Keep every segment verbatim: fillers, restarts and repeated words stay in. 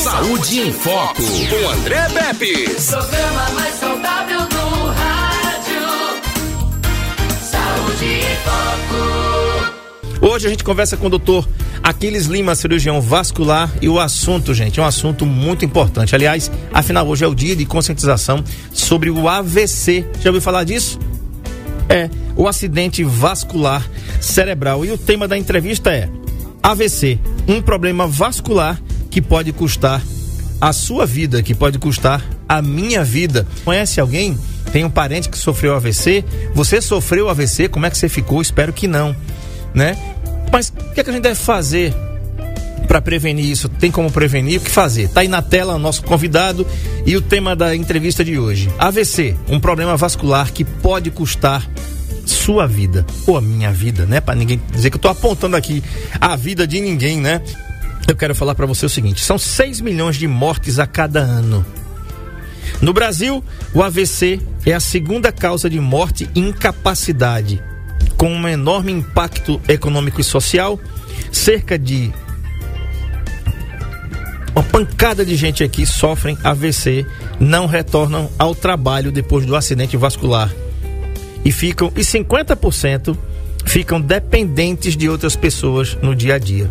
Saúde em Foco, com André Pepe. Programa mais saudável do rádio. Saúde em Foco. Hoje a gente conversa com o doutor Aquiles Lima, cirurgião vascular, e o assunto, gente, é um assunto muito importante. Aliás, afinal, hoje é o dia de conscientização sobre o A V C. Já ouviu falar disso? É, o acidente vascular cerebral. E o tema da entrevista é A V C, um problema vascular que pode custar a sua vida, que pode custar a minha vida. Conhece alguém? Tem um parente que sofreu A V C? Você sofreu A V C? Como é que você ficou? Espero que não, né? Mas o que é que a gente deve fazer para prevenir isso? Tem como prevenir? O que fazer? Tá aí na tela o nosso convidado e o tema da entrevista de hoje. A V C, um problema vascular que pode custar sua vida, ou a minha vida, né? Para ninguém dizer que eu tô apontando aqui a vida de ninguém, né? Eu quero falar para você o seguinte: são seis milhões de mortes a cada ano. No Brasil, o A V C é a segunda causa de morte e incapacidade, com um enorme impacto econômico e social. Cerca de uma pancada de gente aqui sofrem A V C, não retornam ao trabalho depois do acidente vascular e ficam, e cinquenta por cento ficam dependentes de outras pessoas no dia a dia.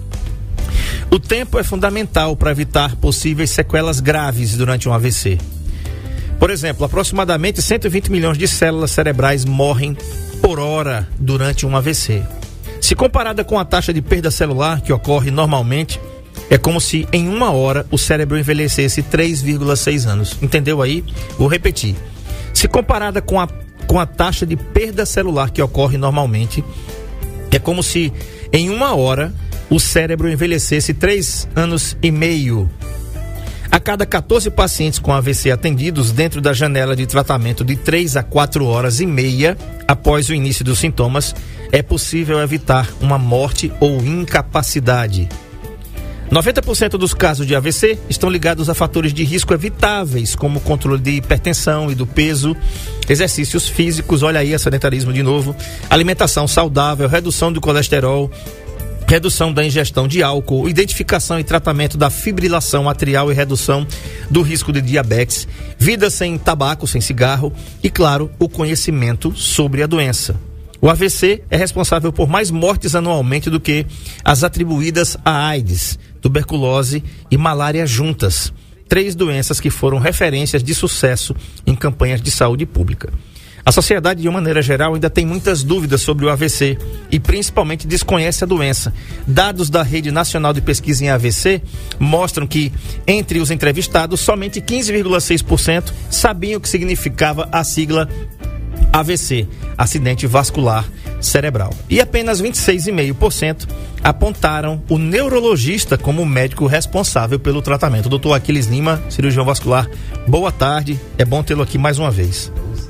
O tempo é fundamental para evitar possíveis sequelas graves durante um A V C. Por exemplo, aproximadamente cento e vinte milhões de células cerebrais morrem por hora durante um A V C. Se comparada com a taxa de perda celular que ocorre normalmente, é como se em uma hora o cérebro envelhecesse três vírgula seis anos. Entendeu aí? Vou repetir. Se comparada com a, com a taxa de perda celular que ocorre normalmente, é como se em uma hora o cérebro envelhecesse três anos e meio. A cada quatorze pacientes com A V C atendidos dentro da janela de tratamento de três a quatro horas e meia após o início dos sintomas, é possível evitar uma morte ou incapacidade. noventa por cento dos casos de A V C estão ligados a fatores de risco evitáveis, como o controle de hipertensão e do peso, exercícios físicos, olha aí, sedentarismo de novo, alimentação saudável, redução do colesterol, redução da ingestão de álcool, identificação e tratamento da fibrilação atrial e redução do risco de diabetes, vida sem tabaco, sem cigarro e, claro, o conhecimento sobre a doença. O A V C é responsável por mais mortes anualmente do que as atribuídas a AIDS, tuberculose e malária juntas, três doenças que foram referências de sucesso em campanhas de saúde pública. A sociedade, de uma maneira geral, ainda tem muitas dúvidas sobre o A V C e principalmente desconhece a doença. Dados da Rede Nacional de Pesquisa em A V C mostram que, entre os entrevistados, somente quinze vírgula seis por cento sabiam o que significava a sigla A V C, acidente vascular cerebral. E apenas vinte e seis vírgula cinco por cento apontaram o neurologista como o médico responsável pelo tratamento. doutor Aquiles Lima, cirurgião vascular, boa tarde, é bom tê-lo aqui mais uma vez.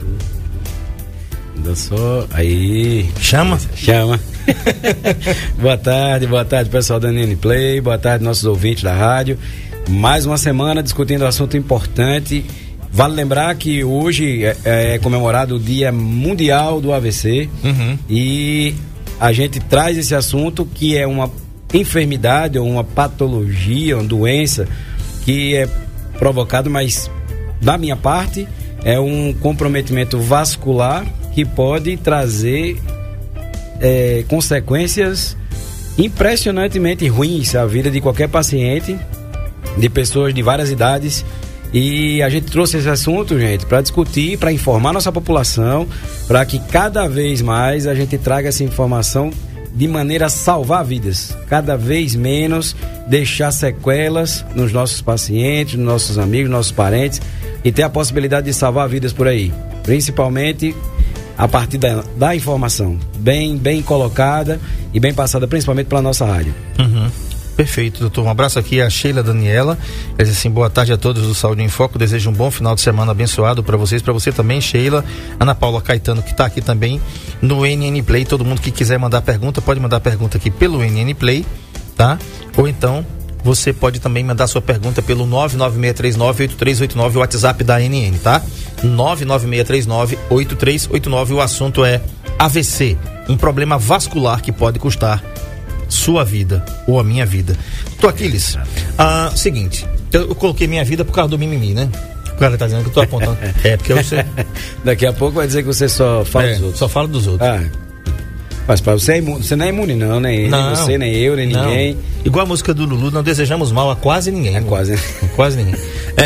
Eu sou... Aí... Chama? Chama. Boa tarde, boa tarde, pessoal da N N Play, boa tarde, nossos ouvintes da rádio. Mais uma semana discutindo um assunto importante. Vale lembrar que hoje é, é comemorado o Dia Mundial do A V C. Uhum. E a gente traz esse assunto que é uma enfermidade ou uma patologia, uma doença que é provocado, mas da minha parte é um comprometimento vascular que pode trazer é, consequências impressionantemente ruins à vida de qualquer paciente, de pessoas de várias idades. E a gente trouxe esse assunto, gente, para discutir, para informar nossa população, para que cada vez mais a gente traga essa informação de maneira a salvar vidas, cada vez menos deixar sequelas nos nossos pacientes, nos nossos amigos, nos nossos parentes, e ter a possibilidade de salvar vidas por aí, principalmente a partir da, da informação bem, bem colocada e bem passada, principalmente pela nossa rádio. Uhum. Perfeito, doutor. Um abraço aqui a Sheila Daniela. Ela diz assim: boa tarde a todos do Saúde em Foco. Desejo um bom final de semana abençoado para vocês, para você também, Sheila. Ana Paula Caetano, que está aqui também no N N Play. Todo mundo que quiser mandar pergunta, pode mandar pergunta aqui pelo N N Play, tá? Ou então você pode também mandar sua pergunta pelo nove nove seis três nove oito três oito nove, o WhatsApp da N N, tá? nove nove seis três nove oito três oito nove. O assunto é A V C, um problema vascular que pode custar sua vida ou a minha vida. Doutor Aquiles, ah, seguinte, Eu, eu coloquei minha vida por causa do mimimi, né? O cara tá dizendo que eu tô apontando. É, porque eu sei. Daqui a pouco vai dizer que você só fala É, dos outros. só falo dos outros. Ah, mas pra você é imune, você não é imune não, nem ele, Não. nem você, nem eu, nem Não. ninguém. Igual a música do Lulu, não desejamos mal a quase ninguém. É quase. Quase ninguém. É.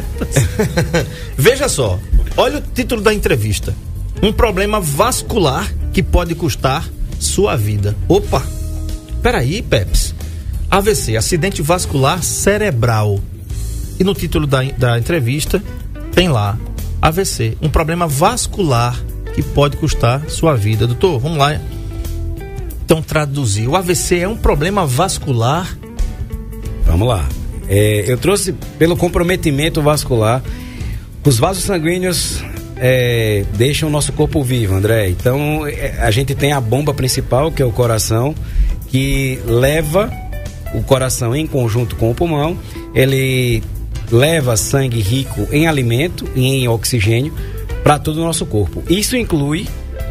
Veja só, olha o título da entrevista. Um problema vascular que pode custar sua vida. Opa, peraí, Peps. A V C, acidente vascular cerebral. E no título da, da entrevista tem lá, A V C, um problema vascular que pode custar sua vida. Doutor, vamos lá. Então, traduzir. O A V C é um problema vascular? Vamos lá. É, eu trouxe pelo comprometimento vascular. Os vasos sanguíneos é, deixam o nosso corpo vivo, André. Então, é, a gente tem a bomba principal, que é o coração, que leva o coração em conjunto com o pulmão. Ele leva sangue rico em alimento e em oxigênio para todo o nosso corpo. Isso inclui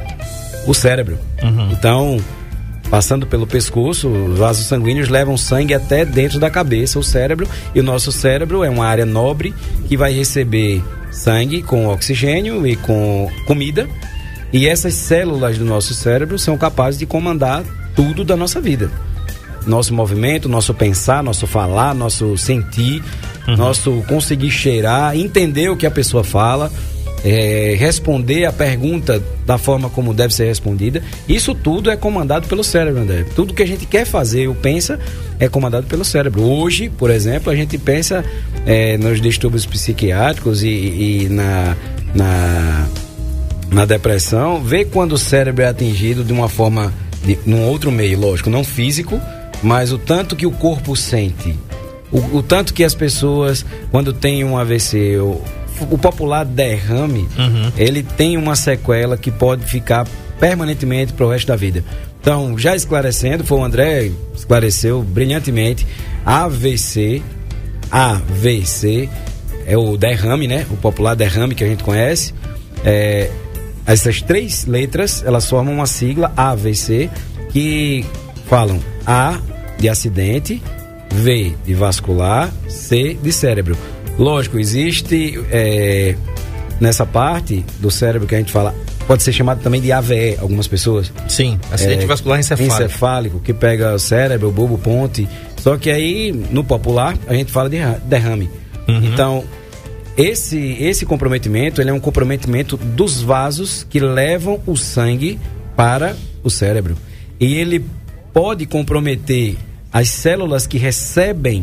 o cérebro. Uhum. Então, passando pelo pescoço, os vasos sanguíneos levam sangue até dentro da cabeça, o cérebro. E o nosso cérebro é uma área nobre que vai receber sangue com oxigênio e com comida. E essas células do nosso cérebro são capazes de comandar tudo da nossa vida. Nosso movimento, nosso pensar, nosso falar, nosso sentir, uhum. nosso conseguir cheirar, entender o que a pessoa fala, é, responder a pergunta da forma como deve ser respondida. Isso tudo é comandado pelo cérebro, André. Tudo que a gente quer fazer ou pensa é comandado pelo cérebro. Hoje, por exemplo, a gente pensa é, nos distúrbios psiquiátricos e, e na, na, na depressão, vê quando o cérebro é atingido de uma forma, de, num outro meio, lógico, não físico, mas o tanto que o corpo sente, o, o tanto que as pessoas, quando tem um A V C, o, o popular derrame, uhum. ele tem uma sequela que pode ficar permanentemente para o resto da vida. Então, já esclarecendo, foi o André esclareceu brilhantemente, A V C, A V C é o derrame, né? O popular derrame que a gente conhece. É, essas três letras, elas formam uma sigla A V C, que falam A de acidente, V de vascular, C de cérebro. Lógico, existe é, nessa parte do cérebro que a gente fala, pode ser chamado também de A V E, algumas pessoas. Sim, acidente é, vascular encefálico. Encefálico, que pega o cérebro, o bulbo, ponte. Só que aí, no popular, a gente fala de derrame. Uhum. Então, esse, esse comprometimento, ele é um comprometimento dos vasos que levam o sangue para o cérebro. E ele pode comprometer as células que recebem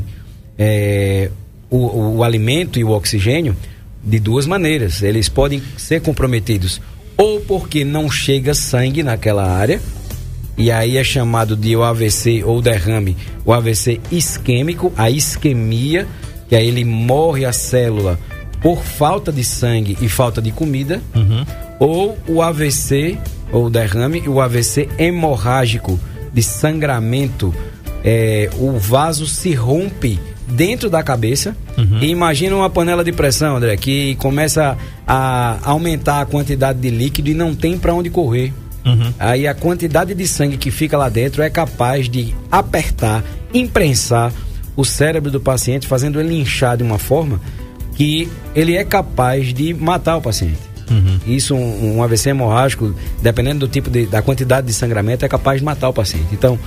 é, o, o alimento e o oxigênio de duas maneiras. Eles podem ser comprometidos ou porque não chega sangue naquela área, e aí é chamado de o A V C ou derrame, o A V C isquêmico, a isquemia, que aí ele morre a célula por falta de sangue e falta de comida, uhum. ou o A V C ou derrame, o A V C hemorrágico, de sangramento, é, o vaso se rompe dentro da cabeça. Uhum. E imagina uma panela de pressão, André, que começa a aumentar a quantidade de líquido e não tem para onde correr. Uhum. Aí a quantidade de sangue que fica lá dentro é capaz de apertar, imprensar o cérebro do paciente, fazendo ele inchar de uma forma que ele é capaz de matar o paciente. Uhum. Isso, um, um A V C hemorrágico, dependendo do tipo de, da quantidade de sangramento, é capaz de matar o paciente. Então,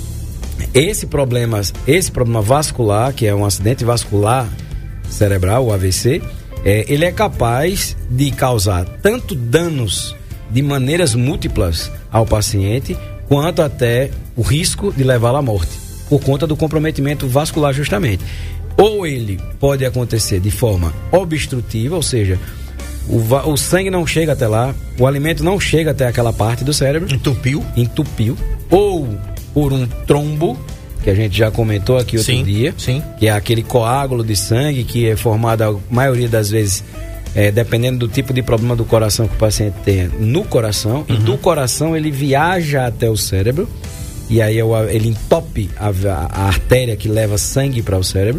esse problema, esse problema vascular, que é um acidente vascular cerebral, o A V C, é, ele é capaz de causar tanto danos de maneiras múltiplas ao paciente, quanto até o risco de levá-lo à morte, por conta do comprometimento vascular justamente. Ou ele pode acontecer de forma obstrutiva, ou seja, O, va- o sangue não chega até lá, o alimento não chega até aquela parte do cérebro. Entupiu. Entupiu. Ou por um trombo, que a gente já comentou aqui outro sim, dia, sim. que é aquele coágulo de sangue que é formado a maioria das vezes, é, dependendo do tipo de problema do coração que o paciente tenha, no coração. Uhum. E do coração ele viaja até o cérebro, e aí ele entope a, a, a artéria que leva sangue para o cérebro.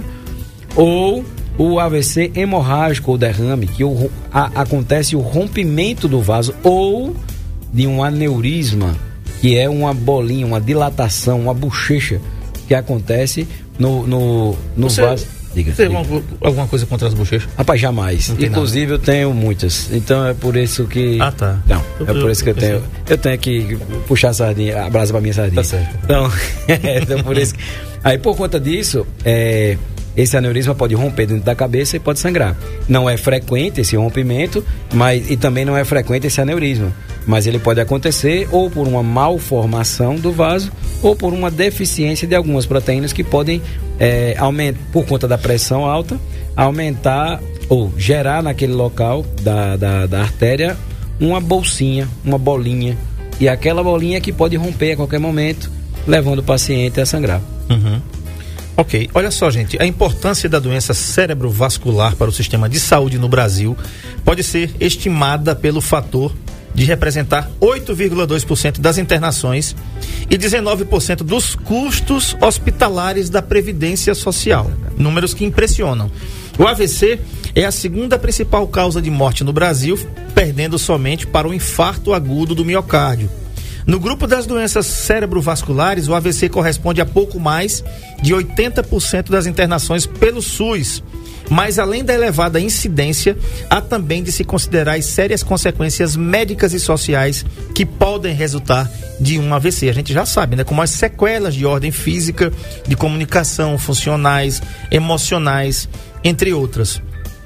Ou o A V C hemorrágico ou derrame, que o, a, acontece o rompimento do vaso, ou de um aneurisma, que é uma bolinha, uma dilatação, uma bochecha que acontece no, no, no você, vaso. Diga, Você tem diga. alguma, alguma coisa contra as bochechas? Rapaz, jamais. Inclusive, nada. Eu tenho muitas. Então é por isso que. Ah, tá. Não, é por isso que eu tenho. Eu tenho que puxar a sardinha, a brasa pra minha sardinha. Tá certo. Então, é, então por isso. Que... Aí, por conta disso, é, esse aneurisma pode romper dentro da cabeça e pode sangrar. Não é frequente esse rompimento, mas e também não é frequente esse aneurisma. Mas ele pode acontecer ou por uma malformação do vaso ou por uma deficiência de algumas proteínas que podem, é, aumentar, por conta da pressão alta, aumentar ou gerar naquele local da, da, da artéria uma bolsinha, uma bolinha. E aquela bolinha que pode romper a qualquer momento, levando o paciente a sangrar. Uhum. Ok, olha só, gente, a importância da doença cerebrovascular para o sistema de saúde no Brasil pode ser estimada pelo fator de representar oito vírgula dois por cento das internações e dezenove por cento dos custos hospitalares da Previdência Social. Números que impressionam. O A V C é a segunda principal causa de morte no Brasil, perdendo somente para o infarto agudo do miocárdio. No grupo das doenças cerebrovasculares, o A V C corresponde a pouco mais de oitenta por cento das internações pelo SUS. Mas além da elevada incidência, há também de se considerar as sérias consequências médicas e sociais que podem resultar de um A V C. A gente já sabe, né? Como as sequelas de ordem física, de comunicação, funcionais, emocionais, entre outras.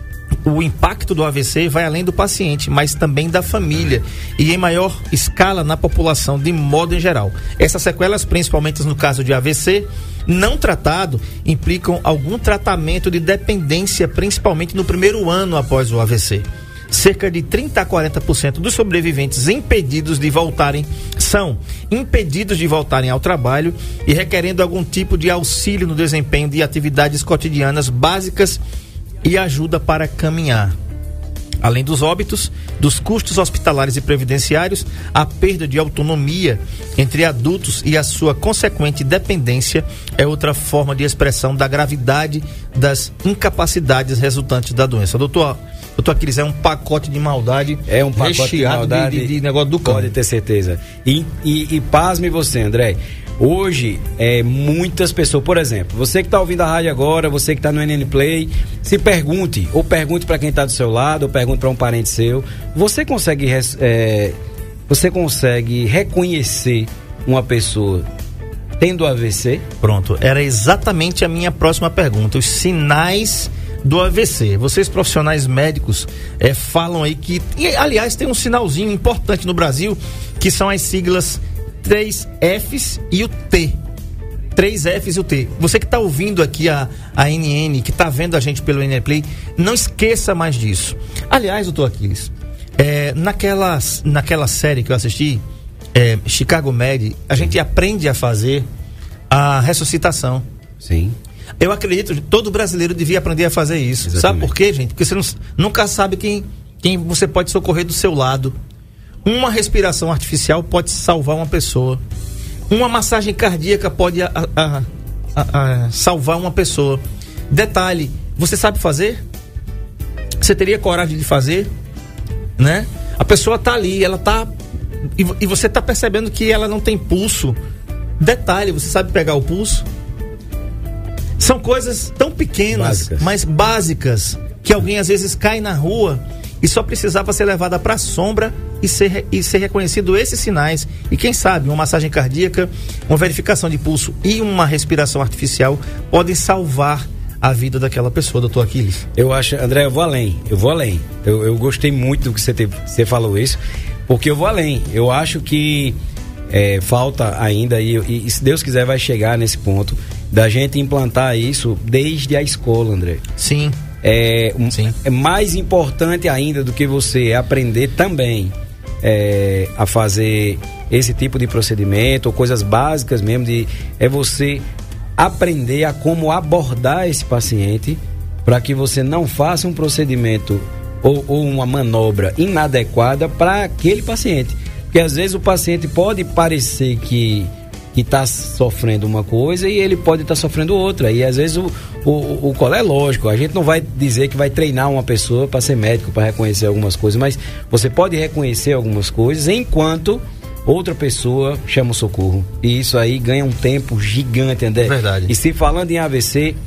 O impacto do A V C vai além do paciente, mas também da família e em maior escala na população de modo em geral. Essas sequelas, principalmente no caso de A V C não tratado, implicam algum tratamento de dependência, principalmente no primeiro ano após o A V C. Cerca de trinta a quarenta por cento dos sobreviventes impedidos de voltarem são impedidos de voltarem ao trabalho e requerendo algum tipo de auxílio no desempenho de atividades cotidianas básicas e ajuda para caminhar. Além dos óbitos, dos custos hospitalares e previdenciários, a perda de autonomia entre adultos e a sua consequente dependência é outra forma de expressão da gravidade das incapacidades resultantes da doença. Doutor, doutor Aquiles, é um pacote de maldade, é um pacote de maldade de, de, de negócio do cão. Pode ter certeza. E, e, e pasme você, André. Hoje, é, muitas pessoas, por exemplo, você que está ouvindo a rádio agora, você que está no N N Play, se pergunte, ou pergunte para quem está do seu lado, ou pergunte para um parente seu, você consegue, é, você consegue reconhecer uma pessoa tendo A V C? Pronto, era exatamente a minha próxima pergunta, os sinais do A V C. Vocês profissionais médicos é, falam aí que, e, aliás, tem um sinalzinho importante no Brasil, que são as siglas três Fs e o T. três Fs e o T. Você que está ouvindo aqui a, a N N, que está vendo a gente pelo N N Play, não esqueça mais disso. Aliás, doutor Aquiles, é, naquela, naquela série que eu assisti, é, Chicago Med, a gente aprende a fazer a ressuscitação. Sim. Eu acredito que todo brasileiro devia aprender a fazer isso. Exatamente. Sabe por quê, gente? Porque você não, nunca sabe quem, quem você pode socorrer do seu lado. Uma respiração artificial pode salvar uma pessoa. Uma massagem cardíaca pode a, a, a, a salvar uma pessoa. Detalhe, você sabe fazer? Você teria coragem de fazer? Né? A pessoa está ali, ela tá e, e você está percebendo que ela não tem pulso. Detalhe, você sabe pegar o pulso? São coisas tão pequenas, básicas. Mas básicas, que alguém às vezes cai na rua e só precisava ser levada para a sombra e ser, e ser reconhecido esses sinais. E quem sabe, uma massagem cardíaca, uma verificação de pulso e uma respiração artificial podem salvar a vida daquela pessoa, doutor Aquiles. Eu acho, André, eu vou além, eu vou além. Eu, eu gostei muito do que você, teve, você falou isso, porque eu vou além. Eu acho que é, falta ainda, e, e, e se Deus quiser vai chegar nesse ponto, da gente implantar isso desde a escola, André. Sim. É, um, é mais importante ainda do que você aprender também é, a fazer esse tipo de procedimento, ou coisas básicas mesmo, de, é você aprender a como abordar esse paciente para que você não faça um procedimento ou, ou uma manobra inadequada para aquele paciente. Porque às vezes o paciente pode parecer que que está sofrendo uma coisa e ele pode estar tá sofrendo outra, e às vezes o, o, o qual é lógico, a gente não vai dizer que vai treinar uma pessoa para ser médico, para reconhecer algumas coisas, mas você pode reconhecer algumas coisas enquanto outra pessoa chama o socorro, e isso aí ganha um tempo gigante, André. Verdade. E se falando em A V C,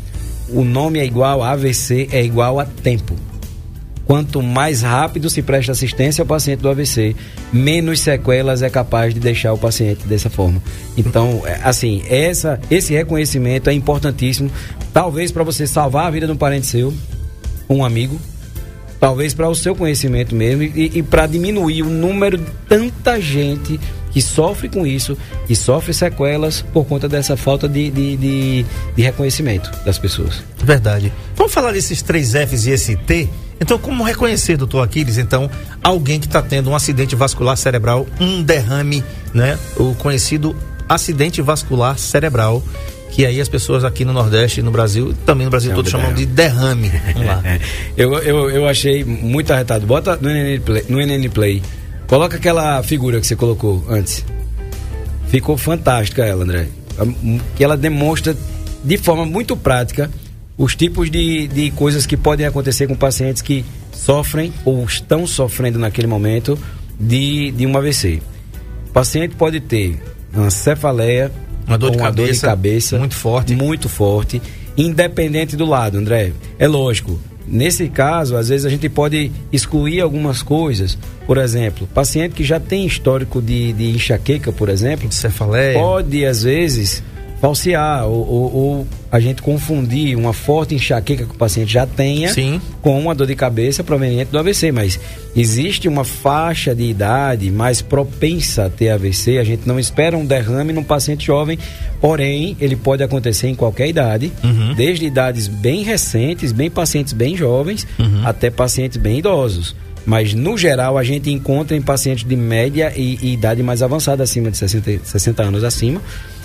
o nome é igual, A V C é igual a tempo. Quanto mais rápido se presta assistência ao paciente do A V C, menos sequelas é capaz de deixar o paciente dessa forma. Então, assim, essa, esse reconhecimento é importantíssimo, talvez para você salvar a vida de um parente seu, um amigo, talvez para o seu conhecimento mesmo e, e para diminuir o número de tanta gente que sofre com isso e sofre sequelas por conta dessa falta de, de, de, de reconhecimento das pessoas. Verdade. Vamos falar desses três Fs e esse T? Então, como reconhecer, doutor Aquiles, então, alguém que está tendo um acidente vascular cerebral, um derrame, né? O conhecido acidente vascular cerebral, que aí as pessoas aqui no Nordeste, no Brasil, também no Brasil é todo chamam de derrame. Vamos lá. eu, eu, eu achei muito arretado. Bota no N N Play, no N N Play. Coloca aquela figura que você colocou antes. Ficou fantástica ela, André. Que ela demonstra de forma muito prática os tipos de, de coisas que podem acontecer com pacientes que sofrem ou estão sofrendo naquele momento de, de um A V C. O paciente pode ter uma cefaleia, uma dor de, uma cabeça, dor de cabeça muito forte. muito forte, independente do lado, André. É lógico, nesse caso, às vezes a gente pode excluir algumas coisas. Por exemplo, paciente que já tem histórico de, de enxaqueca, por exemplo, cefaleia, pode às vezes falsear ou, ou, ou a gente confundir uma forte enxaqueca que o paciente já tenha Sim. com uma dor de cabeça proveniente do A V C, mas existe uma faixa de idade mais propensa a ter A V C. A gente não espera um derrame num paciente jovem, porém ele pode acontecer em qualquer idade, uhum. desde idades bem recentes, bem pacientes bem jovens, uhum. até pacientes bem idosos. Mas, no geral, a gente encontra em pacientes de média e, e idade mais avançada, acima de sessenta, sessenta anos acima.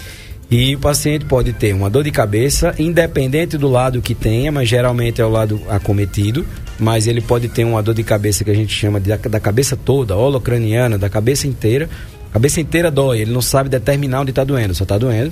E o paciente pode ter uma dor de cabeça, independente do lado que tenha, mas geralmente é o lado acometido. Mas ele pode ter uma dor de cabeça que a gente chama de, da cabeça toda, holocraniana, da cabeça inteira. A cabeça inteira dói, ele não sabe determinar onde está doendo, só está doendo.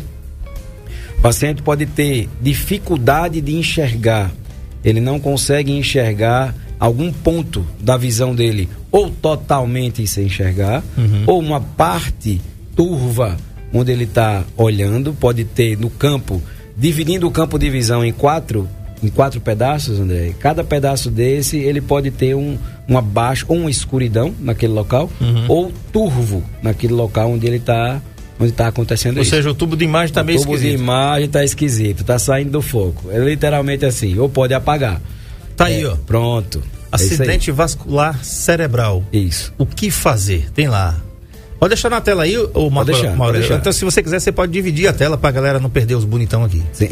O paciente pode ter dificuldade de enxergar, ele não consegue enxergar algum ponto da visão dele, ou totalmente sem enxergar, uhum. ou uma parte turva onde ele está olhando. Pode ter no campo, dividindo o campo de visão em quatro, em quatro pedaços, André. Cada pedaço desse, ele pode ter um, uma baixa ou uma escuridão naquele local, uhum. ou turvo naquele local onde ele está, onde está acontecendo ou isso. Ou seja, o tubo de imagem está meio esquisito. O tubo de imagem está esquisito, está saindo do foco. É literalmente assim, ou pode apagar. Tá aí, é, ó. Pronto. Acidente é vascular cerebral. Isso. O que fazer? Tem lá. Pode deixar na tela aí, ô Mauro. Então, se você quiser, você pode dividir a tela pra galera não perder os bonitão aqui. Sim.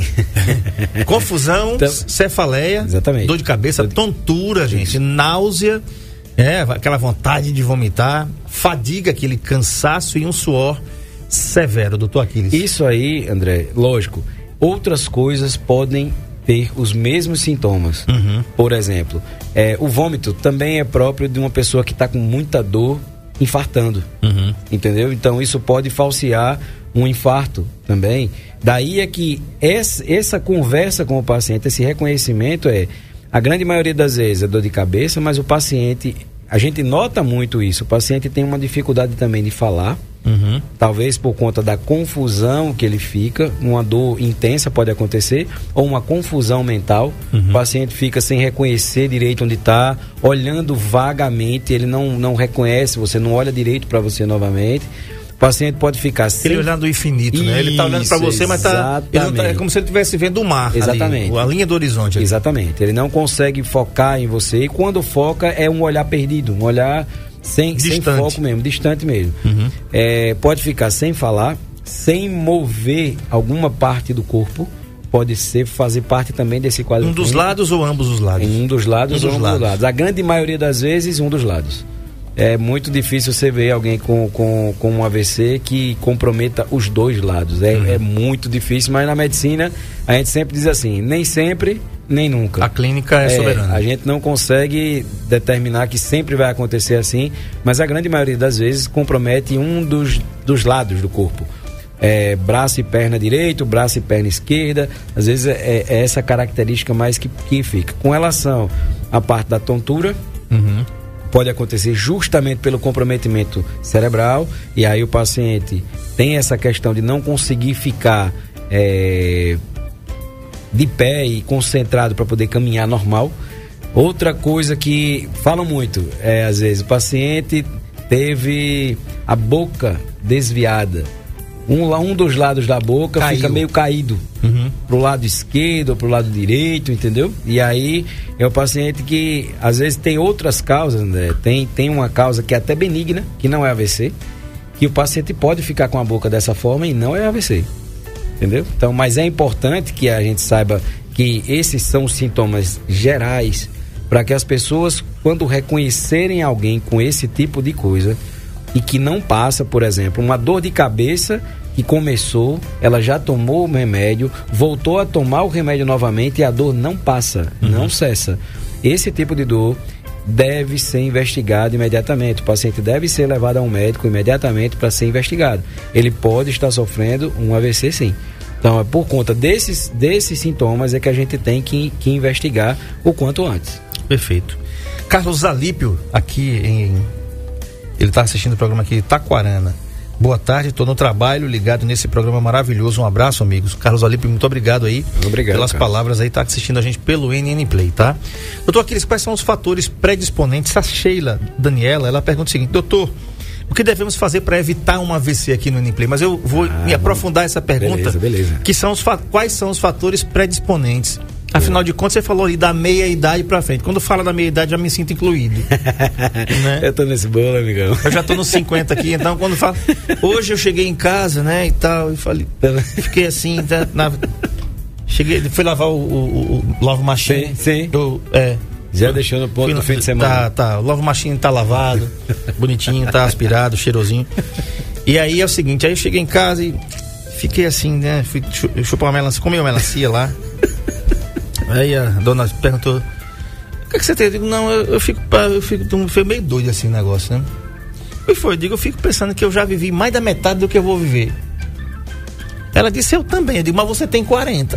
Confusão, então, cefaleia, exatamente. Dor de cabeça, tontura, gente, Isso. náusea, é, aquela vontade de vomitar, fadiga, aquele cansaço e um suor severo, doutor Aquiles. Isso aí, André, lógico. Outras coisas podem ter os mesmos sintomas. Uhum. Por exemplo, é, o vômito também é próprio de uma pessoa que está com muita dor infartando, uhum. entendeu? Então isso pode falsear um infarto também. Daí é que essa, essa conversa com o paciente, esse reconhecimento é, a grande maioria das vezes é dor de cabeça, mas o paciente, a gente nota muito isso, o paciente tem uma dificuldade também de falar, uhum. talvez por conta da confusão que ele fica, uma dor intensa pode acontecer, ou uma confusão mental, uhum. o paciente fica sem reconhecer direito onde está, olhando vagamente, ele não, não reconhece, você não olha direito para você novamente. O paciente pode ficar sem... Ele olhando o infinito, Isso, né? Ele está olhando para você, mas tá, ele não tá, é como se ele estivesse vendo o mar. Exatamente. Ali, a linha do horizonte. Ali. Exatamente. Ele não consegue focar em você, e quando foca é um olhar perdido, um olhar sem, sem foco mesmo, distante mesmo. Uhum. É, pode ficar sem falar, sem mover alguma parte do corpo, pode ser fazer parte também desse quadro. Um dos clínico. lados ou ambos os lados? Um dos lados um ou dos ambos lados. os lados. A grande maioria das vezes, um dos lados. É muito difícil você ver alguém com, com, com um A V C que comprometa os dois lados. É, uhum. é muito difícil, mas na medicina a gente sempre diz assim, nem sempre, nem nunca. A clínica é, é soberana. A gente não consegue determinar que sempre vai acontecer assim, mas a grande maioria das vezes compromete um dos, dos lados do corpo. É, braço e perna direito, braço e perna esquerda, às vezes é, é essa característica mais que, que fica. Com relação à parte da tontura, uhum. pode acontecer justamente pelo comprometimento cerebral, e aí o paciente tem essa questão de não conseguir ficar é, de pé e concentrado para poder caminhar normal. Outra coisa que falam muito é, às vezes, o paciente teve a boca desviada. Um, um dos lados da boca Caiu. fica meio caído uhum. pro lado esquerdo ou pro lado direito, entendeu? E aí é o paciente que às vezes tem outras causas, né? Tem, tem uma causa que é até benigna, que não é A V C, que o paciente pode ficar com a boca dessa forma e não é A V C, entendeu? Então, mas é importante que a gente saiba que esses são os sintomas gerais para que as pessoas, quando reconhecerem alguém com esse tipo de coisa e que não passa, por exemplo, uma dor de cabeça que começou, ela já tomou o remédio, voltou a tomar o remédio novamente e a dor não passa, uhum. não cessa. Esse tipo de dor deve ser investigado imediatamente. O paciente deve ser levado a um médico imediatamente para ser investigado. Ele pode estar sofrendo um A V C, sim. Então, é por conta desses, desses sintomas é que a gente tem que, que investigar o quanto antes. Perfeito. Carlos Alípio, aqui em... Ele está assistindo o programa aqui, Taquarana. Boa tarde, estou no trabalho, ligado nesse programa maravilhoso. Um abraço, amigos. Carlos Alípio, muito obrigado aí. Obrigado, pelas cara. palavras aí, tá assistindo a gente pelo N N Play, tá? Doutor Aquiles, quais são os fatores predisponentes? A Sheila Daniela, ela pergunta o seguinte: doutor, o que devemos fazer para evitar um A V C aqui no N N Play? Mas eu vou ah, me aprofundar essa pergunta. Beleza, beleza. Que são os fa- quais são os fatores predisponentes? Afinal de contas, você falou ali da meia idade pra frente. Quando fala da meia idade, já me sinto incluído. Né? Eu tô nesse bolo, amigão. Eu já tô nos cinquenta aqui, então quando fala... Hoje eu cheguei em casa, né, e tal, e falei... Fiquei assim, tá, na, cheguei, fui lavar o, o, o Love Machine. Sim, sim. Eu, é, já deixou no ponto do fim de semana. Tá, tá. O Love Machine tá lavado, bonitinho, tá aspirado, cheirosinho. E aí é o seguinte, aí eu cheguei em casa e fiquei assim, né, fui chupar uma melancia, comi uma melancia lá. Aí a dona perguntou: o que, é que você tem? Eu digo: não, eu, eu fico, eu fico, eu fico meio doido assim o negócio, né? E foi, eu digo, eu fico pensando que eu já vivi mais da metade do que eu vou viver. Ela disse: eu também. Eu digo: mas você tem quarenta.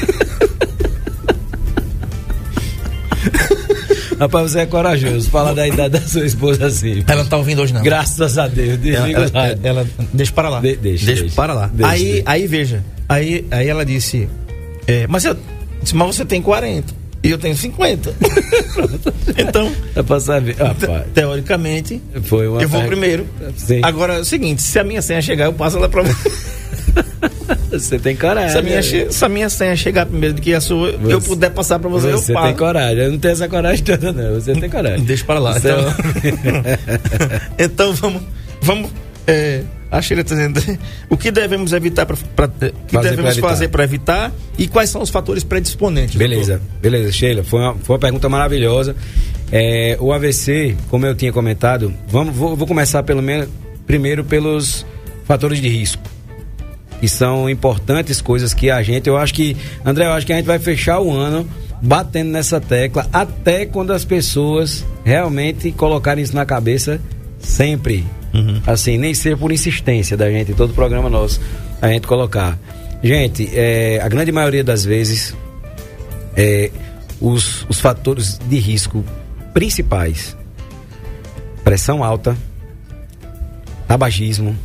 Rapaz, você é corajoso. Fala da idade da sua esposa assim. Ela não tá ouvindo hoje, não. Graças a Deus. Desliga ela, ela, ela, deixa para lá. De, deixa, deixa, deixa para lá. Deixa, aí, deixa. aí, veja. Aí, aí ela disse: é, mas eu. Mas você tem quarenta e eu tenho cinquenta. Então, é pra saber. Ah, te, teoricamente, foi uma eu vou par... primeiro. Sim. Agora é o seguinte: se a minha senha chegar, eu passo ela pra você. Você tem coragem. Se a minha, che... se a minha senha chegar primeiro do que a sua, você... eu puder passar pra você, você eu passo. Você tem coragem. Eu não tenho essa coragem toda, não. Você tem coragem. Deixa para lá. Você Então, é... então vamos. vamos é... A Sheila está dizendo o que devemos evitar para que devemos fazer para evitar e quais são os fatores predisponentes. Beleza, doutor? Beleza, Sheila. Foi uma, foi uma pergunta maravilhosa. É, o A V C, como eu tinha comentado, vamos, vou, vou começar pelo menos primeiro pelos fatores de risco, que são importantes coisas que a gente, eu acho que, André, eu acho que a gente vai fechar o ano batendo nessa tecla até quando as pessoas realmente colocarem isso na cabeça sempre. Uhum. Assim, nem ser por insistência da gente, em todo programa nosso, a gente colocar. Gente, é, a grande maioria das vezes, é, os, os fatores de risco principais: pressão alta, tabagismo,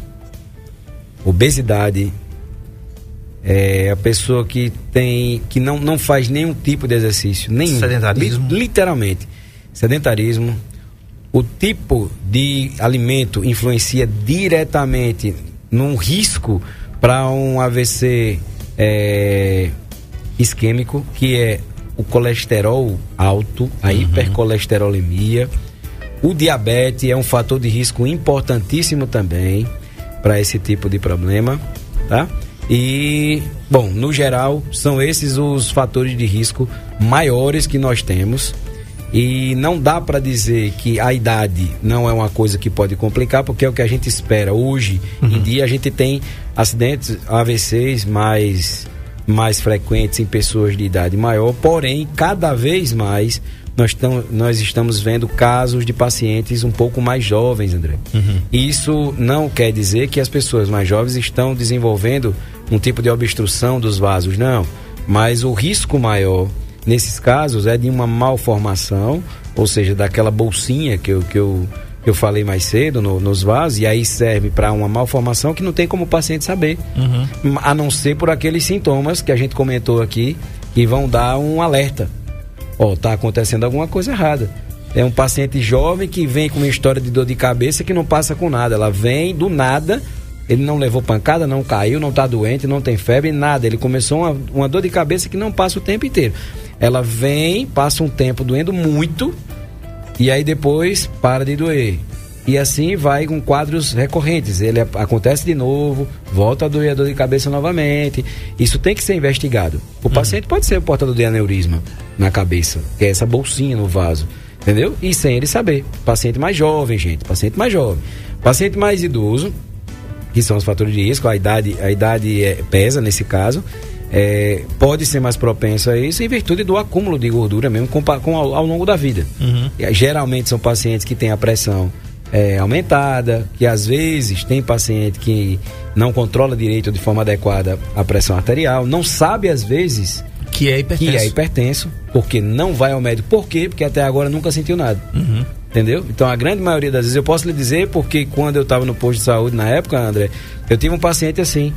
obesidade, é, a pessoa que tem, que não, não faz nenhum tipo de exercício, nenhum. Sedentarismo. Li, literalmente, sedentarismo. O tipo de alimento influencia diretamente num risco para um A V C é, isquêmico, que é o colesterol alto, a uhum. hipercolesterolemia. O diabetes é um fator de risco importantíssimo também para esse tipo de problema, tá? E, bom, no geral, são esses os fatores de risco maiores que nós temos. E não dá para dizer que a idade não é uma coisa que pode complicar, porque é o que a gente espera. Hoje uhum. em dia a gente tem acidentes A V Cs mais, mais frequentes em pessoas de idade maior, porém cada vez mais nós, tam, nós estamos vendo casos de pacientes um pouco mais jovens, André. Uhum. Isso não quer dizer que as pessoas mais jovens estão desenvolvendo um tipo de obstrução dos vasos, não, mas o risco maior nesses casos é de uma malformação, ou seja, daquela bolsinha que eu, que eu, que eu falei mais cedo no, nos vasos, e aí serve para uma malformação que não tem como o paciente saber, uhum. a não ser por aqueles sintomas que a gente comentou aqui, que que vão dar um alerta. Ó, tá acontecendo alguma coisa errada. É um paciente jovem que vem com uma história de dor de cabeça que não passa com nada. Ela vem do nada, ele não levou pancada, não caiu, não tá doente, não tem febre, nada. Ele começou uma, uma dor de cabeça que não passa o tempo inteiro. Ela vem, passa um tempo doendo muito e aí depois para de doer. E assim vai com quadros recorrentes. Ele acontece de novo, volta a doer a dor de cabeça novamente. Isso tem que ser investigado. O paciente uhum. pode ser portador de aneurisma na cabeça, que é essa bolsinha no vaso, entendeu? E sem ele saber. Paciente mais jovem, gente, paciente mais jovem. Paciente mais idoso, que são os fatores de risco, a idade, a idade é, pesa nesse caso, é, pode ser mais propenso a isso em virtude do acúmulo de gordura mesmo com, com, ao, ao longo da vida. Uhum. E, geralmente são pacientes que têm a pressão É, aumentada, que às vezes tem paciente que não controla direito de forma adequada a pressão arterial, não sabe às vezes que é hipertenso, que é hipertenso porque não vai ao médico. Por quê? Porque até agora nunca sentiu nada. Uhum. Entendeu? Então a grande maioria das vezes, eu posso lhe dizer porque quando eu estava no posto de saúde na época, André, eu tive um paciente assim,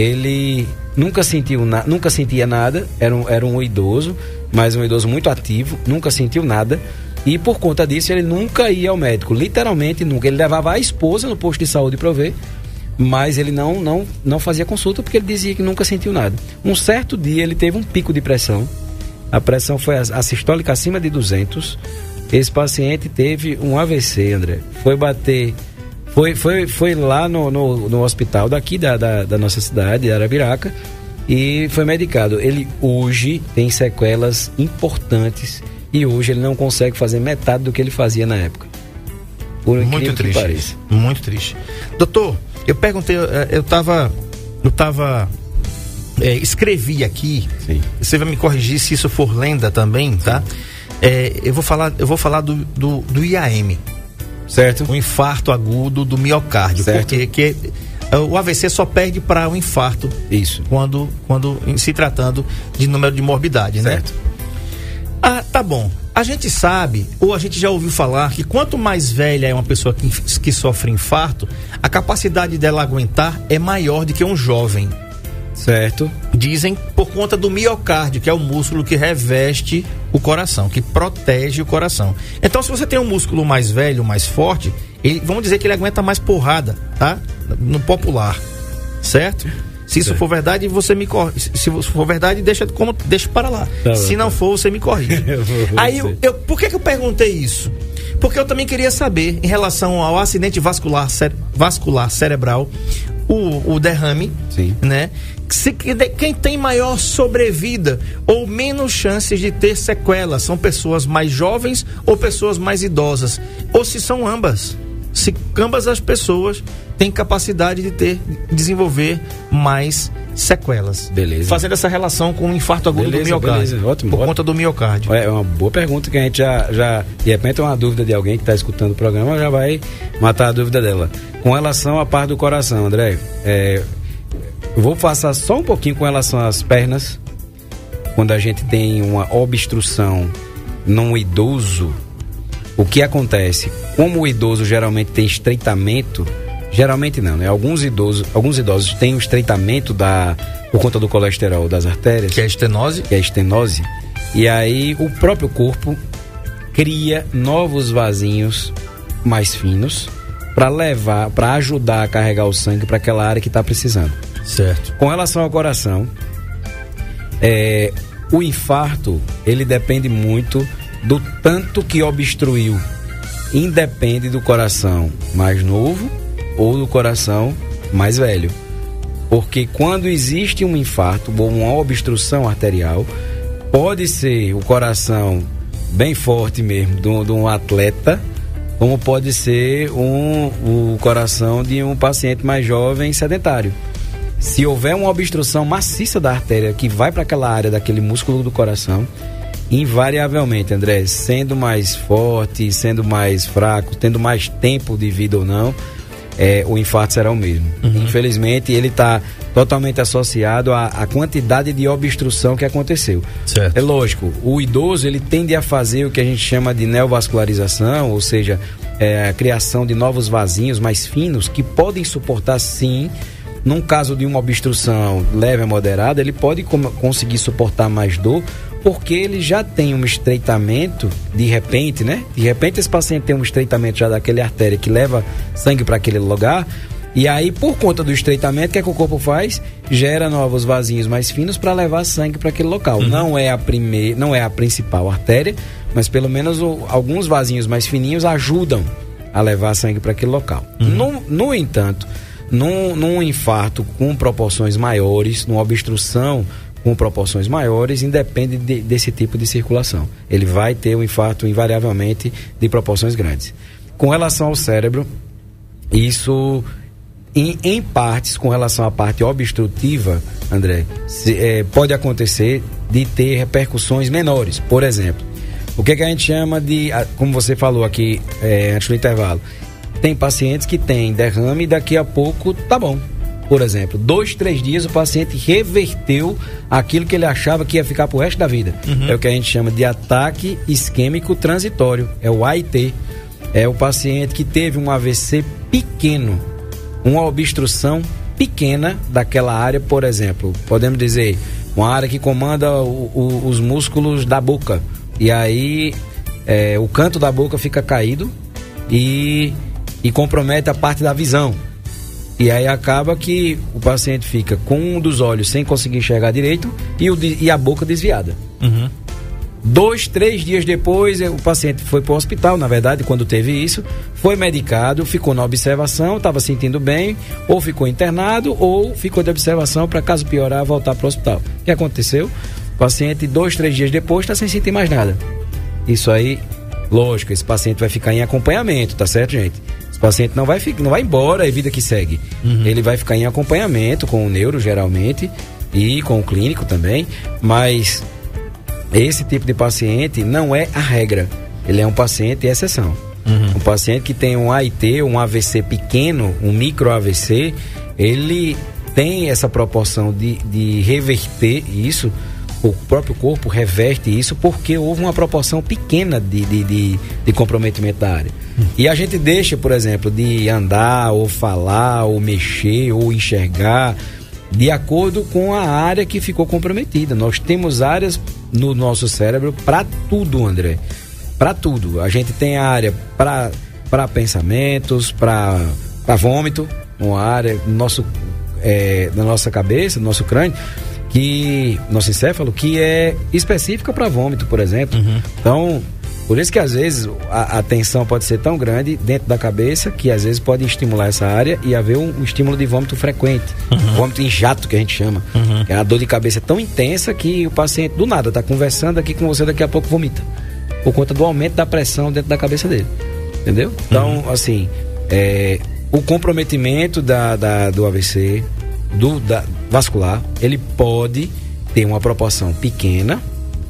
ele nunca sentiu na, nunca sentia nada, era um, era um idoso, mas um idoso muito ativo, nunca sentiu nada. E por conta disso ele nunca ia ao médico, literalmente nunca. Ele levava a esposa no posto de saúde para ver, mas ele não, não, não fazia consulta porque ele dizia que nunca sentiu nada. Um certo dia ele teve um pico de pressão, a pressão foi a, a sistólica acima de duzentos. Esse paciente teve um A V C, André, foi bater, foi, foi, foi lá no, no, no hospital daqui da, da, da nossa cidade, de Arapiraca, e foi medicado. Ele hoje tem sequelas importantes. E hoje ele não consegue fazer metade do que ele fazia na época. Por muito triste. Que pareça. Muito triste. Doutor, eu perguntei, eu estava, eu tava, é, escrevi aqui. Sim. Você vai me corrigir se isso for lenda também, tá? É, eu vou falar, eu vou falar do, do, do I A M. Certo. O infarto agudo do miocárdio. Certo. Porque que, o A V C só perde para o infarto. Isso. Quando, quando se tratando de número de morbidade, certo. Né? Ah, tá bom. A gente sabe, ou a gente já ouviu falar, que quanto mais velha é uma pessoa que, que sofre infarto, a capacidade dela aguentar é maior do que um jovem. Certo. Dizem por conta do miocárdio, que é o músculo que reveste o coração, que protege o coração. Então, se você tem um músculo mais velho, mais forte, ele, vamos dizer que ele aguenta mais porrada, tá? No popular, certo? Se isso for verdade, você me corrige. Se for verdade, deixa, como, deixa para lá. Tá, se não for, você me corrige. Aí, eu, eu, por que, que eu perguntei isso? Porque eu também queria saber, em relação ao acidente vascular, cere, vascular cerebral, o, o derrame, sim, né? Se, quem tem maior sobrevida ou menos chances de ter sequelas? São pessoas mais jovens ou pessoas mais idosas? Ou se são ambas? Se ambas as pessoas têm capacidade de ter, desenvolver mais sequelas. Beleza. Fazendo essa relação com o infarto agudo beleza, do miocárdio. Beleza. Ótimo. Por ótimo. conta do miocárdio. É uma boa pergunta que a gente já, já de repente é uma dúvida de alguém que está escutando o programa, já vai matar a dúvida dela. Com relação à parte do coração, André, é, eu vou passar só um pouquinho com relação às pernas. Quando a gente tem uma obstrução num idoso, o que acontece? Como o idoso geralmente tem estreitamento, geralmente não, né? Alguns idosos, alguns idosos têm o estreitamento da, por conta do colesterol das artérias. Que é a estenose. Que é a estenose. E aí o próprio corpo cria novos vasinhos mais finos para levar, para ajudar a carregar o sangue para aquela área que está precisando. Certo. Com relação ao coração, é, o infarto, ele depende muito do tanto que obstruiu. Independe do coração mais novo ou do coração mais velho. Porque quando existe um infarto ou uma obstrução arterial, pode ser o coração bem forte mesmo de, de um atleta, como pode ser um, o coração de um paciente mais jovem sedentário. Se houver uma obstrução maciça da artéria que vai para aquela área daquele músculo do coração, invariavelmente, André, sendo mais forte, sendo mais fraco, tendo mais tempo de vida ou não, é, o infarto será o mesmo. Uhum. Infelizmente, ele está totalmente associado à, à quantidade de obstrução que aconteceu. Certo. É lógico, o idoso ele tende a fazer o que a gente chama de neovascularização, ou seja, é, a criação de novos vasinhos mais finos que podem suportar sim num caso de uma obstrução leve a moderada, ele pode com- conseguir suportar mais dor, porque ele já tem um estreitamento, de repente, né? De repente esse paciente tem um estreitamento já daquela artéria que leva sangue para aquele lugar, e aí por conta do estreitamento, o que é que o corpo faz? Gera novos vasinhos mais finos para levar sangue para aquele local. Uhum. Não é a primeira, não é a principal artéria, mas pelo menos o, alguns vasinhos mais fininhos ajudam a levar sangue para aquele local. Uhum. No, no entanto, num, num infarto com proporções maiores, numa obstrução com proporções maiores, independe de, desse tipo de circulação. Ele vai ter um infarto invariavelmente de proporções grandes. Com relação ao cérebro, isso em, em partes, com relação à parte obstrutiva, André, se, é, pode acontecer de ter repercussões menores. Por exemplo, o que, que a gente chama de, como você falou aqui é, antes do intervalo, tem pacientes que têm derrame e daqui a pouco tá bom. Por exemplo, dois, três dias o paciente reverteu aquilo que ele achava que ia ficar pro resto da vida. Uhum. É o que a gente chama de ataque isquêmico transitório, é o A I T. É o paciente que teve um A V C pequeno, uma obstrução pequena daquela área, por exemplo, podemos dizer, uma área que comanda o, o, os músculos da boca. E aí é, o canto da boca fica caído e, e compromete a parte da visão. E aí acaba que o paciente fica com um dos olhos sem conseguir enxergar direito e, o, e a boca desviada. Uhum. Dois, três dias depois, o paciente foi para o hospital, na verdade, quando teve isso, foi medicado, ficou na observação, estava sentindo bem, ou ficou internado, ou ficou de observação para, caso piorar, voltar para o hospital. O que aconteceu? O paciente, dois, três dias depois, está sem sentir mais nada. Isso aí, lógico, esse paciente vai ficar em acompanhamento, tá certo, gente? Esse paciente não vai, não vai embora, é vida que segue. Uhum. Ele vai ficar em acompanhamento com o neuro, geralmente, e com o clínico também, mas esse tipo de paciente não é a regra. Ele é um paciente exceção. Uhum. Um paciente que tem um A I T, um A V C pequeno, um micro A V C, ele tem essa proporção de, de reverter isso, o próprio corpo reverte isso porque houve uma proporção pequena de, de, de, de comprometimento da área. Uhum. E a gente deixa, por exemplo, de andar, ou falar, ou mexer, ou enxergar, de acordo com a área que ficou comprometida. Nós temos áreas no nosso cérebro para tudo, André. Para tudo. A gente tem área para pensamentos, para vômito, uma área no nosso, é, na nossa cabeça, no nosso crânio, que, nosso encéfalo, que é específica para vômito, por exemplo. Uhum. Então, por isso que às vezes a, a tensão pode ser tão grande dentro da cabeça que às vezes pode estimular essa área e haver um, um estímulo de vômito frequente, uhum. vômito em jato que a gente chama, uhum. que é a dor de cabeça tão intensa que o paciente do nada está conversando aqui com você, daqui a pouco vomita, por conta do aumento da pressão dentro da cabeça dele, entendeu? Então, uhum. assim, é, o comprometimento da, da, do A V C, do da, vascular, ele pode ter uma proporção pequena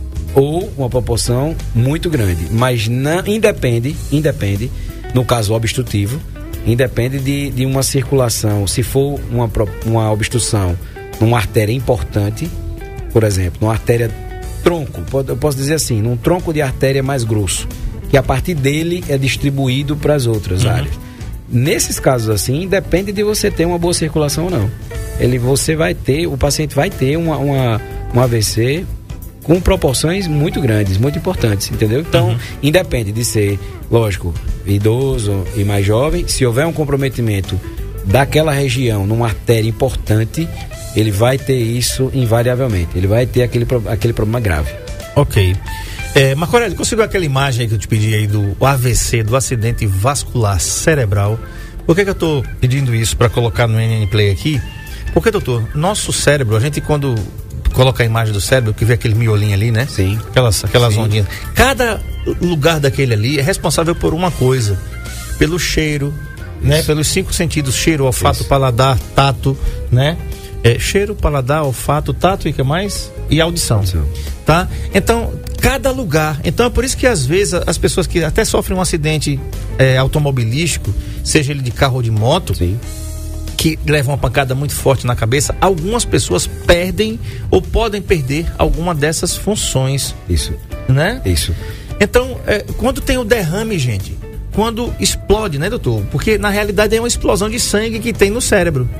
ou uma proporção muito grande, mas não, independe, independe, no caso obstrutivo, independe de, de uma circulação. Se for uma, uma obstrução numa artéria importante, por exemplo, numa artéria tronco, eu posso dizer assim, num tronco de artéria mais grosso, que a partir dele é distribuído para as outras uhum. áreas. Nesses casos assim, depende de você ter uma boa circulação ou não. Ele, você vai ter, o paciente vai ter uma, uma, um A V C com proporções muito grandes, muito importantes, entendeu? Então, uhum. independe de ser, lógico, idoso e mais jovem, se houver um comprometimento daquela região numa artéria importante, ele vai ter isso invariavelmente, ele vai ter aquele, aquele problema grave. Ok. É, Marco Aurélio, conseguiu aquela imagem que eu te pedi aí do A V C, do acidente vascular cerebral? Por que que eu estou pedindo isso para colocar no N N Play aqui? Porque, doutor, nosso cérebro, a gente quando coloca a imagem do cérebro, que vê aquele miolinho ali, né? Sim. Aquelas, aquelas Sim. ondinhas. Cada lugar daquele ali é responsável por uma coisa. Pelo cheiro, isso. né? Pelos cinco sentidos, cheiro, olfato, isso. paladar, tato, né? É, cheiro, paladar, olfato, tato e o que mais? E audição. Sim. Tá? Então, cada lugar. Então é por isso que às vezes as pessoas que até sofrem um acidente é, automobilístico, seja ele de carro ou de moto, Sim. que levam uma pancada muito forte na cabeça, algumas pessoas perdem ou podem perder alguma dessas funções. Isso. Né? Isso. Então, é, quando tem o derrame, gente, quando explode, né, doutor? Porque na realidade é uma explosão de sangue que tem no cérebro.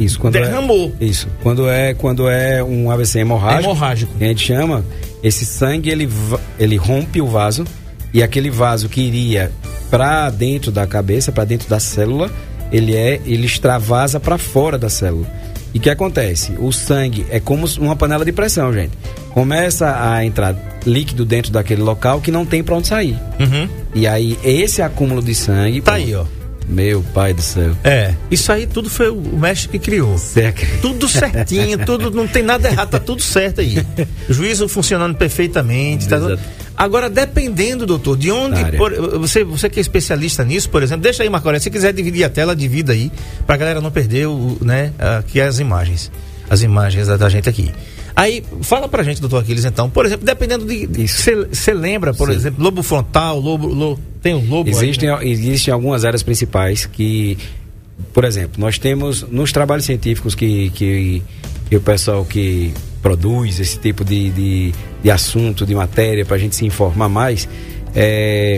Isso, quando derramou. É, isso. Quando é, quando é um A V C hemorrágico, hemorrágico, que a gente chama, esse sangue ele, ele rompe o vaso e aquele vaso que iria para dentro da cabeça, para dentro da célula, ele é, ele extravasa para fora da célula. E o que acontece? O sangue é como uma panela de pressão, gente. Começa a entrar líquido dentro daquele local que não tem para onde sair. Uhum. E aí, esse acúmulo de sangue... Tá pô, aí, ó. Meu pai do céu. É, isso aí tudo foi o mestre que criou. Certo. Tudo certinho, tudo, não tem nada errado, tá tudo certo aí. Juízo funcionando perfeitamente. Tá tudo... Agora, dependendo, doutor, de onde... Por, você, você que é especialista nisso, por exemplo, deixa aí, Marco Aurélio, se quiser dividir a tela, divida aí, pra galera não perder o, né, aqui as imagens. As imagens da, da gente aqui. Aí, fala pra gente, doutor Aquiles, então, por exemplo, dependendo de... Você lembra, por Sim. exemplo, lobo frontal, lobo... lobo tem um lobo... Existem, aí, né? Existem algumas áreas principais que, por exemplo, nós temos, nos trabalhos científicos que, que, que o pessoal que produz esse tipo de, de, de assunto, de matéria, pra gente se informar mais, é,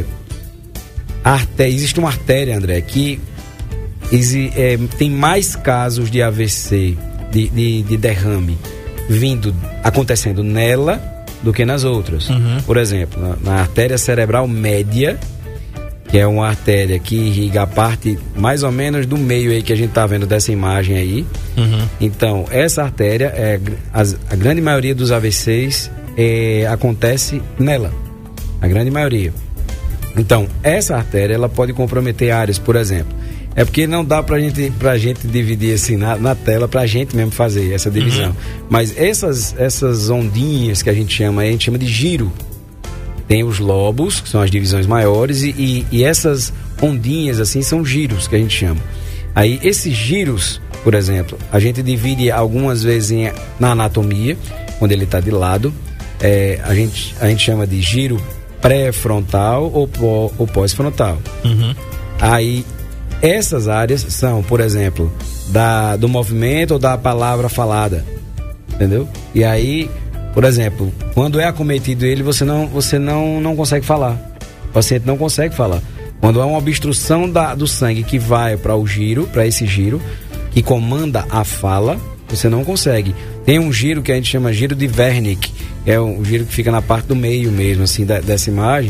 arté, existe uma artéria, André, que exi, é, tem mais casos de A V C, de, de, de derrame, vindo, acontecendo nela do que nas outras. Uhum. Por exemplo, na, na artéria cerebral média, que é uma artéria que irriga a parte mais ou menos do meio aí que a gente tá vendo dessa imagem aí. Uhum. Então, essa artéria, é, a, a grande maioria dos A V Cs é, acontece nela. A grande maioria. Então, essa artéria, ela pode comprometer áreas, por exemplo. É porque não dá pra gente, pra gente dividir assim na, na tela, pra gente mesmo fazer essa divisão. Uhum. Mas essas, essas ondinhas que a gente chama, a gente chama de giro. Tem os lobos, que são as divisões maiores, e, e, e essas ondinhas assim são giros, que a gente chama. Aí esses giros, por exemplo, a gente divide algumas vezes em, na anatomia, quando ele está de lado, é, a, gente, a gente chama de giro pré-frontal ou, ou pós-frontal. Uhum. Aí essas áreas são, por exemplo, da, do movimento ou da palavra falada, entendeu? E aí, por exemplo, quando é acometido ele, você não, você não, não consegue falar. O paciente não consegue falar. Quando há uma obstrução da, do sangue que vai para o giro, para esse giro, que comanda a fala, você não consegue. Tem um giro que a gente chama giro de Wernicke, que é um giro que fica na parte do meio mesmo, assim, da, dessa imagem.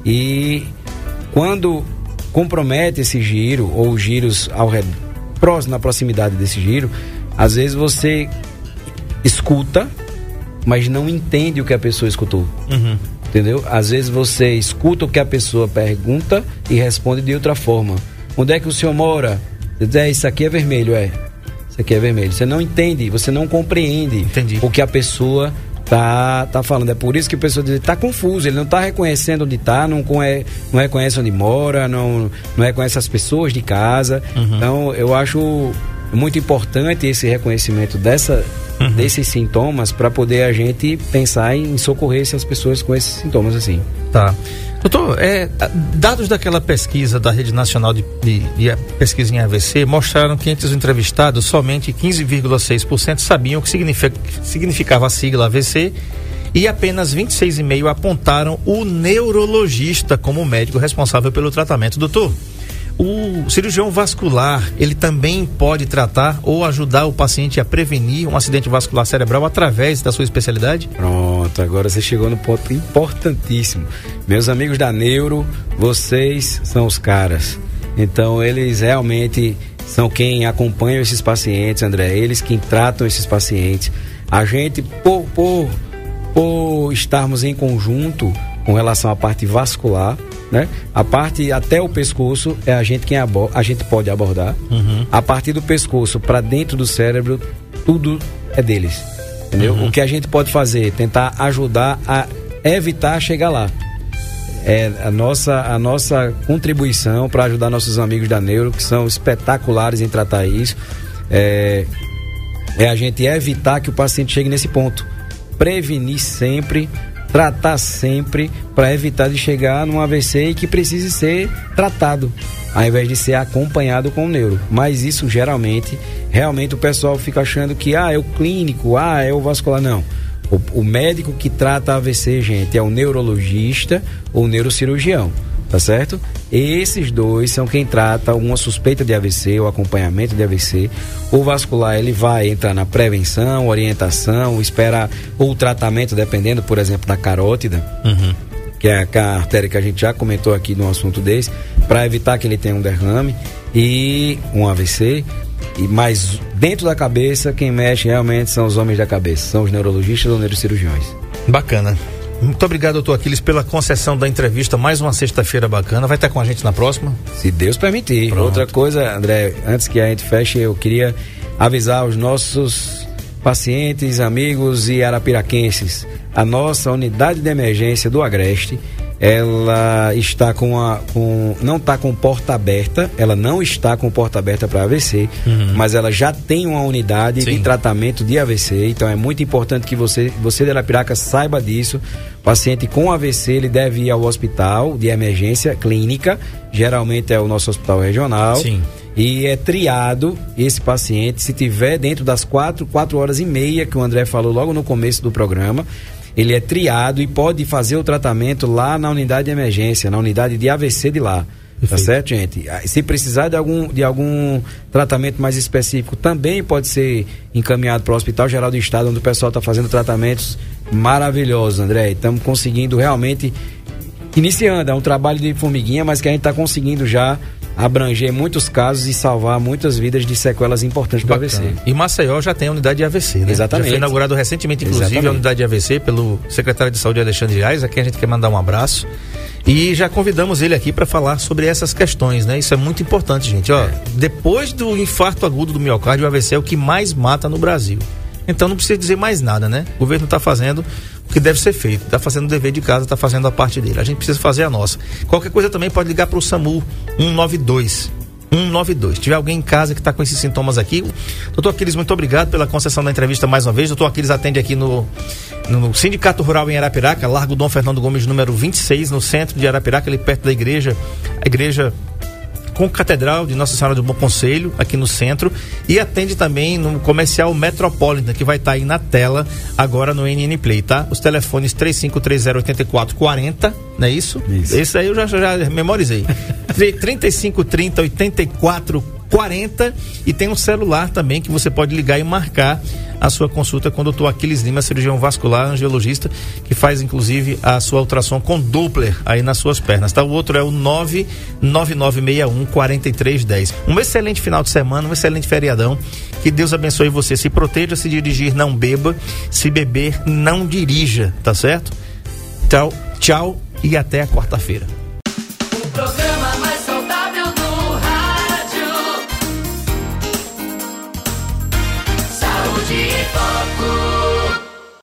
E quando compromete esse giro, ou giros ao redor, próximo, na proximidade desse giro, às vezes você escuta, mas não entende o que a pessoa escutou. Uhum. Entendeu? Às vezes você escuta o que a pessoa pergunta e responde de outra forma. Onde é que o senhor mora? Você diz, é, isso aqui é vermelho, é. Isso aqui é vermelho. Você não entende, você não compreende Entendi. o que a pessoa tá, tá falando. É por isso que a pessoa diz, tá confuso, ele não tá reconhecendo onde tá, não, conhe, não reconhece onde mora, não, não reconhece as pessoas de casa. Uhum. Então, eu acho muito importante esse reconhecimento dessa... Uhum. desses sintomas, para poder a gente pensar em socorrer essas pessoas com esses sintomas assim. Tá. Doutor, é, dados daquela pesquisa da Rede Nacional de, de, de Pesquisa em A V C mostraram que entre os entrevistados somente quinze vírgula seis por cento sabiam o que significa, significava a sigla A V C e apenas vinte e seis vírgula cinco por cento apontaram o neurologista como médico responsável pelo tratamento. Doutor, o cirurgião vascular, ele também pode tratar ou ajudar o paciente a prevenir um acidente vascular cerebral através da sua especialidade? Pronto, agora você chegou no ponto importantíssimo. Meus amigos da Neuro, vocês são os caras. Então, eles realmente são quem acompanham esses pacientes, André. Eles quem tratam esses pacientes. A gente, por, por, por estarmos em conjunto com relação à parte vascular, né? A parte até o pescoço é a gente quem abo- a gente pode abordar. Uhum. A partir do pescoço para dentro do cérebro, tudo é deles, entendeu? Uhum. O que a gente pode fazer, tentar ajudar a evitar chegar lá. É a nossa, a nossa contribuição para ajudar nossos amigos da Neuro, que são espetaculares em tratar isso, é, é a gente evitar que o paciente chegue nesse ponto. Prevenir sempre, tratar sempre, para evitar de chegar num A V C e que precise ser tratado, ao invés de ser acompanhado com o neuro. Mas isso geralmente, realmente o pessoal fica achando que ah, é o clínico, ah, é o vascular. Não. O, o médico que trata A V C, gente, é o neurologista ou o neurocirurgião. tá certo? Esses dois são quem trata uma suspeita de A V C, o acompanhamento de A V C. O vascular, ele vai entrar na prevenção, orientação, espera o tratamento, dependendo, por exemplo, da carótida, uhum. que é a artéria que a gente já comentou aqui num assunto desse, para evitar que ele tenha um derrame e um A V C. E, mas dentro da cabeça, quem mexe realmente são os homens da cabeça, são os neurologistas ou neurocirurgiões. Bacana. Muito obrigado, doutor Aquiles, pela concessão da entrevista. Mais uma sexta-feira bacana. Vai estar com a gente na próxima? Se Deus permitir. Pronto. Outra coisa, André, antes que a gente feche, eu queria avisar os nossos pacientes, amigos e arapiraquenses. A nossa unidade de emergência do Agreste, ela está com a, com, não está com porta aberta, ela não está com porta aberta para A V C, uhum. mas ela já tem uma unidade Sim. de tratamento de A V C, então é muito importante que você, você de Arapiraca saiba disso. O paciente com A V C, ele deve ir ao hospital de emergência clínica, geralmente é o nosso hospital regional. Sim. E é triado esse paciente, se tiver dentro das quatro, quatro horas e meia, que o André falou logo no começo do programa, ele é triado e pode fazer o tratamento lá na unidade de emergência, na unidade de A V C de lá. Perfeito. Tá certo, gente? Se precisar de algum, de algum tratamento mais específico, também pode ser encaminhado para o Hospital Geral do Estado, onde o pessoal está fazendo tratamentos maravilhosos, André. Estamos conseguindo realmente, iniciando, é um trabalho de formiguinha, mas que a gente está conseguindo já abranger muitos casos e salvar muitas vidas de sequelas importantes do A V C. E Maceió já tem a unidade de A V C, né? Exatamente. Já foi inaugurado recentemente, inclusive, Exatamente. a unidade de A V C pelo secretário de Saúde, Alexandre Reis, a quem a gente quer mandar um abraço. E já convidamos ele aqui para falar sobre essas questões, né? Isso é muito importante, gente. Ó, é. Depois do infarto agudo do miocárdio, o A V C é o que mais mata no Brasil. Então não precisa dizer mais nada, né? O governo está fazendo o que deve ser feito, está fazendo o dever de casa, está fazendo a parte dele. A gente precisa fazer a nossa. Qualquer coisa também pode ligar para o SAMU um nove dois. um nove dois. Se tiver alguém em casa que está com esses sintomas aqui, doutor Aquiles, muito obrigado pela concessão da entrevista mais uma vez. Doutor Aquiles atende aqui no, no Sindicato Rural em Arapiraca, Largo Dom Fernando Gomes, número vinte e seis, no centro de Arapiraca, ali perto da igreja, a igreja com Catedral de Nossa Senhora do Bom Conselho, aqui no centro, e atende também no comercial Metropolitan, que vai estar tá aí na tela agora no N N Play, tá? Os telefones três cinco três zero oito quatro quatro zero, não é isso? Isso. Esse aí eu já, já memorizei. trinta e cinco trinta oitenta e quatro quarenta, e tem um celular também que você pode ligar e marcar a sua consulta com o doutor Aquiles Lima, cirurgião vascular, angiologista, que faz inclusive a sua ultrassom com Doppler aí nas suas pernas, tá? O outro é o nove nove nove seis um quatro três um zero. Um excelente final de semana, um excelente feriadão, que Deus abençoe você, se proteja, se dirigir, não beba, se beber, não dirija, tá certo? Tchau, tchau e até a quarta-feira.